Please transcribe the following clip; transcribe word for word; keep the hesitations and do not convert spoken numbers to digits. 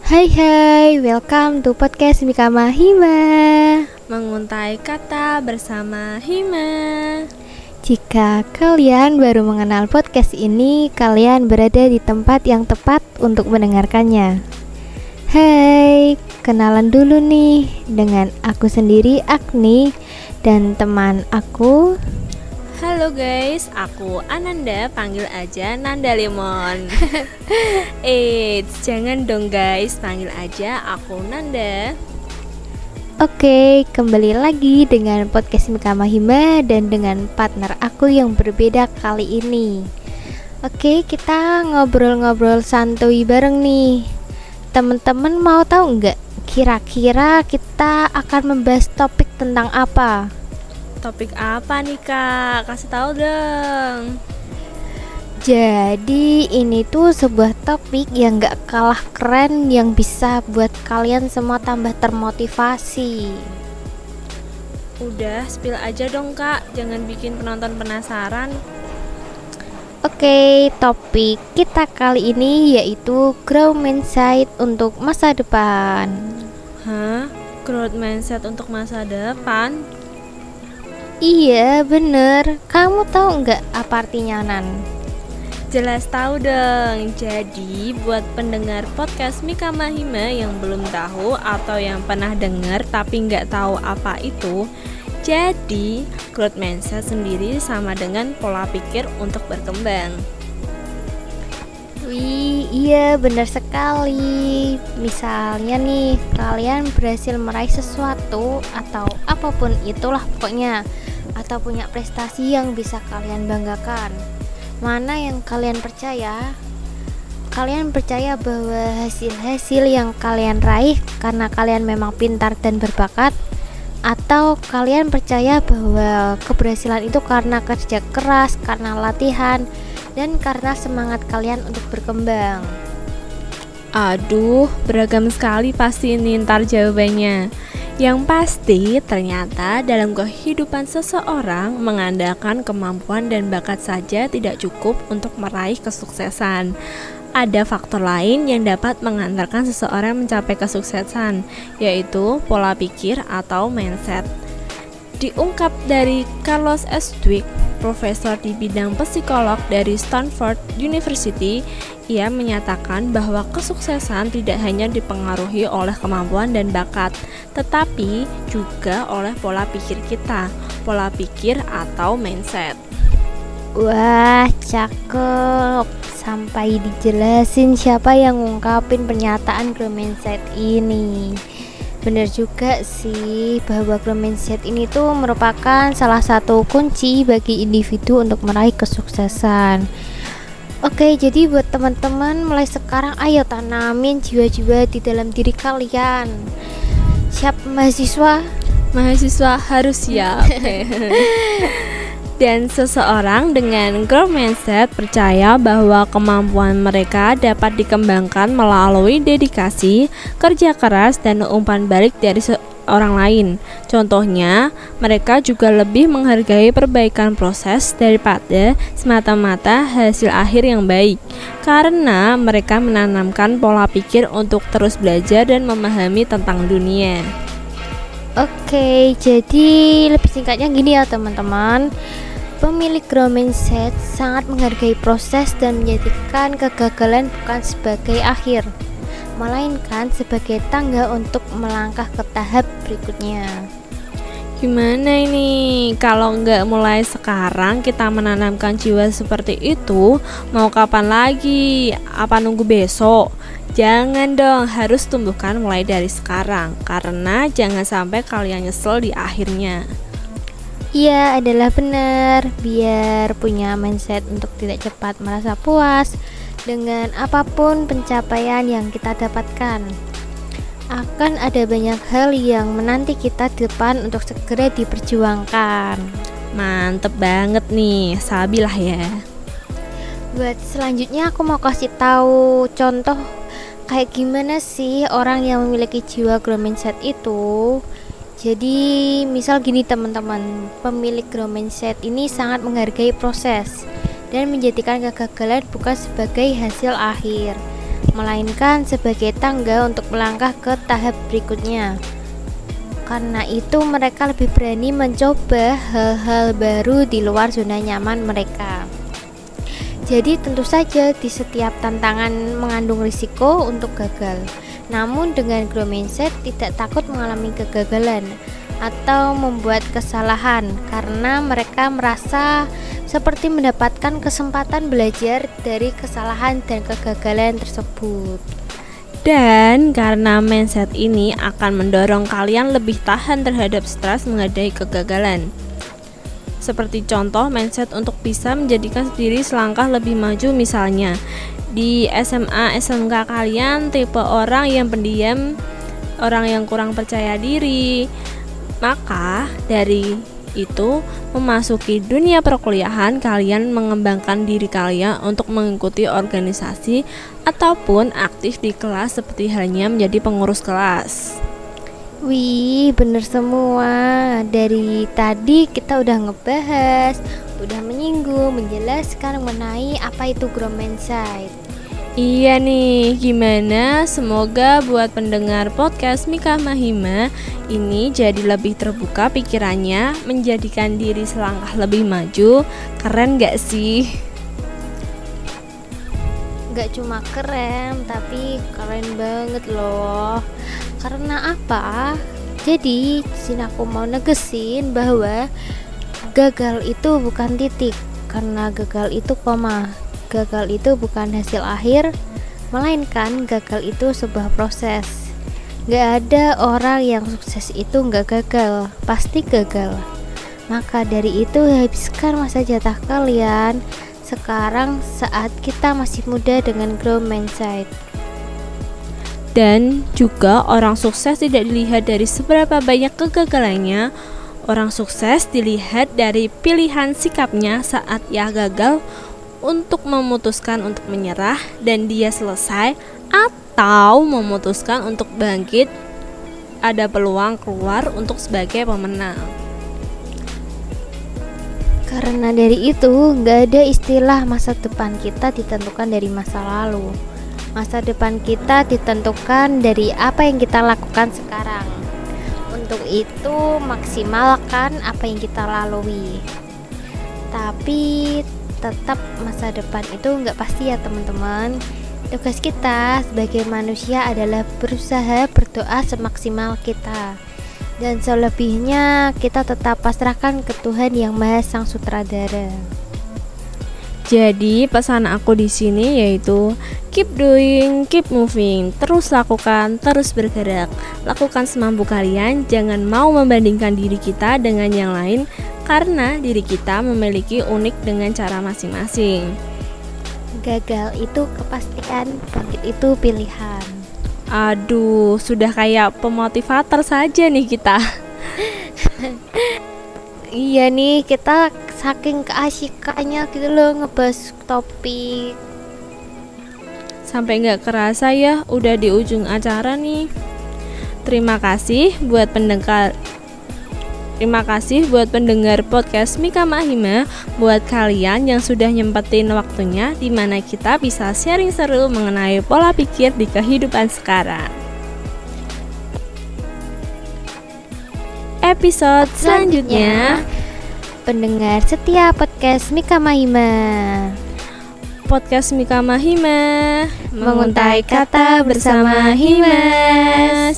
Hai hai, welcome to podcast Mikama Hima. Menguntai kata bersama Hima. Jika kalian baru mengenal podcast ini, kalian berada di tempat yang tepat untuk mendengarkannya. Hai, kenalan dulu nih dengan aku sendiri Agni dan teman aku. Halo guys, aku Ananda, panggil aja Nanda Lemon. Eits, jangan dong guys, panggil aja aku Nanda. Oke, kembali lagi dengan podcast Mikama Hima dan dengan partner aku yang berbeda kali ini. Oke, kita ngobrol-ngobrol santuy bareng nih. Temen-temen mau tahu nggak? Kira-kira kita akan membahas topik tentang apa? Topik apa nih kak? Kasih tahu dong. Jadi ini tuh sebuah topik yang gak kalah keren, yang bisa buat kalian semua tambah termotivasi. Udah, spill aja dong kak, jangan bikin penonton penasaran. Oke, topik kita kali ini yaitu growth mindset untuk masa depan. Hah? Growth mindset untuk masa depan? Iya bener, kamu tahu nggak apa artinya Nan? Jelas tahu dong. Jadi buat pendengar podcast Mikama Hima yang belum tahu atau yang pernah dengar tapi nggak tahu apa itu, jadi growth mindset sendiri sama dengan pola pikir untuk berkembang. Wih, iya benar sekali. Misalnya nih, kalian berhasil meraih sesuatu atau apapun itulah pokoknya, atau punya prestasi yang bisa kalian banggakan. Mana yang kalian percaya? Kalian percaya bahwa hasil-hasil yang kalian raih karena kalian memang pintar dan berbakat, atau kalian percaya bahwa keberhasilan itu karena kerja keras, karena latihan, dan karena semangat kalian untuk berkembang? Aduh, beragam sekali pasti ini ntar jawabannya. Yang pasti ternyata dalam kehidupan seseorang mengandalkan kemampuan dan bakat saja tidak cukup untuk meraih kesuksesan. Ada faktor lain yang dapat mengantarkan seseorang mencapai kesuksesan, yaitu pola pikir atau mindset. Diungkap dari Carlos S. Dweck, profesor di bidang psikolog dari Stanford University, ia menyatakan bahwa kesuksesan tidak hanya dipengaruhi oleh kemampuan dan bakat, tetapi juga oleh pola pikir kita, pola pikir atau mindset. Wah, cakep. Sampai dijelasin siapa yang ngungkapin pernyataan growth mindset ini. Bener juga sih bahwa growth mindset ini tuh merupakan salah satu kunci bagi individu untuk meraih kesuksesan. Oke, jadi buat teman-teman mulai sekarang ayo tanamin jiwa-jiwa di dalam diri kalian. Siap mahasiswa? Mahasiswa harus siap. Dan seseorang dengan growth mindset percaya bahwa kemampuan mereka dapat dikembangkan melalui dedikasi, kerja keras, dan umpan balik dari orang lain. Contohnya, mereka juga lebih menghargai perbaikan proses daripada semata-mata hasil akhir yang baik, karena mereka menanamkan pola pikir untuk terus belajar dan memahami tentang dunia. Oke, jadi lebih singkatnya gini ya teman-teman. Pemilik growth mindset sangat menghargai proses dan menjadikan kegagalan bukan sebagai akhir, melainkan sebagai tangga untuk melangkah ke tahap berikutnya. Gimana ini? Kalau nggak mulai sekarang kita menanamkan jiwa seperti itu, mau kapan lagi? Apa nunggu besok? Jangan dong, harus tumbuhkan mulai dari sekarang, karena jangan sampai kalian nyesel di akhirnya. Iya, adalah benar. Biar punya mindset untuk tidak cepat merasa puas dengan apapun pencapaian yang kita dapatkan. Akan ada banyak hal yang menanti kita di depan untuk segera diperjuangkan. Mantep banget nih, sabilah ya. Buat selanjutnya aku mau kasih tahu contoh kayak gimana sih orang yang memiliki jiwa growth mindset itu. Jadi misal gini teman-teman, pemilik growth mindset ini sangat menghargai proses dan menjadikan kegagalan bukan sebagai hasil akhir, melainkan sebagai tangga untuk melangkah ke tahap berikutnya. Karena itu mereka lebih berani mencoba hal-hal baru di luar zona nyaman mereka. Jadi tentu saja di setiap tantangan mengandung risiko untuk gagal. Namun dengan growth mindset tidak takut mengalami kegagalan atau membuat kesalahan karena mereka merasa seperti mendapatkan kesempatan belajar dari kesalahan dan kegagalan tersebut. Dan karena mindset ini akan mendorong kalian lebih tahan terhadap stres menghadapi kegagalan. Seperti contoh mindset untuk bisa menjadikan diri selangkah lebih maju, misalnya di S M A S M K kalian tipe orang yang pendiam, orang yang kurang percaya diri. Maka dari itu memasuki dunia perkuliahan kalian mengembangkan diri kalian untuk mengikuti organisasi ataupun aktif di kelas seperti halnya menjadi pengurus kelas. Wih, bener semua. Dari tadi kita udah ngebahas, udah menyinggung, menjelaskan mengenai apa itu growth mindset. Iya nih, gimana? Semoga buat pendengar podcast Mika Mahima ini jadi lebih terbuka pikirannya, menjadikan diri selangkah lebih maju. Keren gak sih? Gak cuma keren, tapi keren banget loh. Karena apa? Jadi disini aku mau negesin bahwa gagal itu bukan titik, karena gagal itu koma. Gagal itu bukan hasil akhir, melainkan gagal itu sebuah proses. Gak ada orang yang sukses itu gak gagal, pasti gagal. Maka dari itu habiskan masa jatah kalian sekarang saat kita masih muda dengan growth mindset. Dan juga orang sukses tidak dilihat dari seberapa banyak kegagalannya. Orang sukses dilihat dari pilihan sikapnya saat ia gagal, untuk memutuskan untuk menyerah dan dia selesai, atau memutuskan untuk bangkit, ada peluang keluar untuk sebagai pemenang. Karena dari itu gak ada istilah masa depan kita ditentukan dari masa lalu. Masa depan kita ditentukan dari apa yang kita lakukan sekarang. Untuk itu maksimalkan apa yang kita lalui. Tapi tetap masa depan itu nggak pasti ya teman-teman. Tugas kita sebagai manusia adalah berusaha berdoa semaksimal kita, dan selebihnya kita tetap pasrahkan ke Tuhan yang Maha Sang Sutradara. Jadi pesan aku di sini yaitu keep doing, keep moving, terus lakukan, terus bergerak. Lakukan semampu kalian, jangan mau membandingkan diri kita dengan yang lain, karena diri kita memiliki unik dengan cara masing-masing. Gagal itu kepastian, bangkit itu pilihan. Aduh, sudah kayak pemotivator saja nih kita. Iya nih, kita saking keasyikannya gitu loh ngebahas topik. Sampai gak kerasa ya, udah di ujung acara nih. Terima kasih buat pendengar Terima kasih buat pendengar podcast Mika Mahima, buat kalian yang sudah nyempetin waktunya di mana kita bisa sharing seru mengenai pola pikir di kehidupan sekarang. Episode selanjutnya, pendengar setia podcast Mika Mahima. Podcast Mika Mahima, menguntai kata bersama Himas.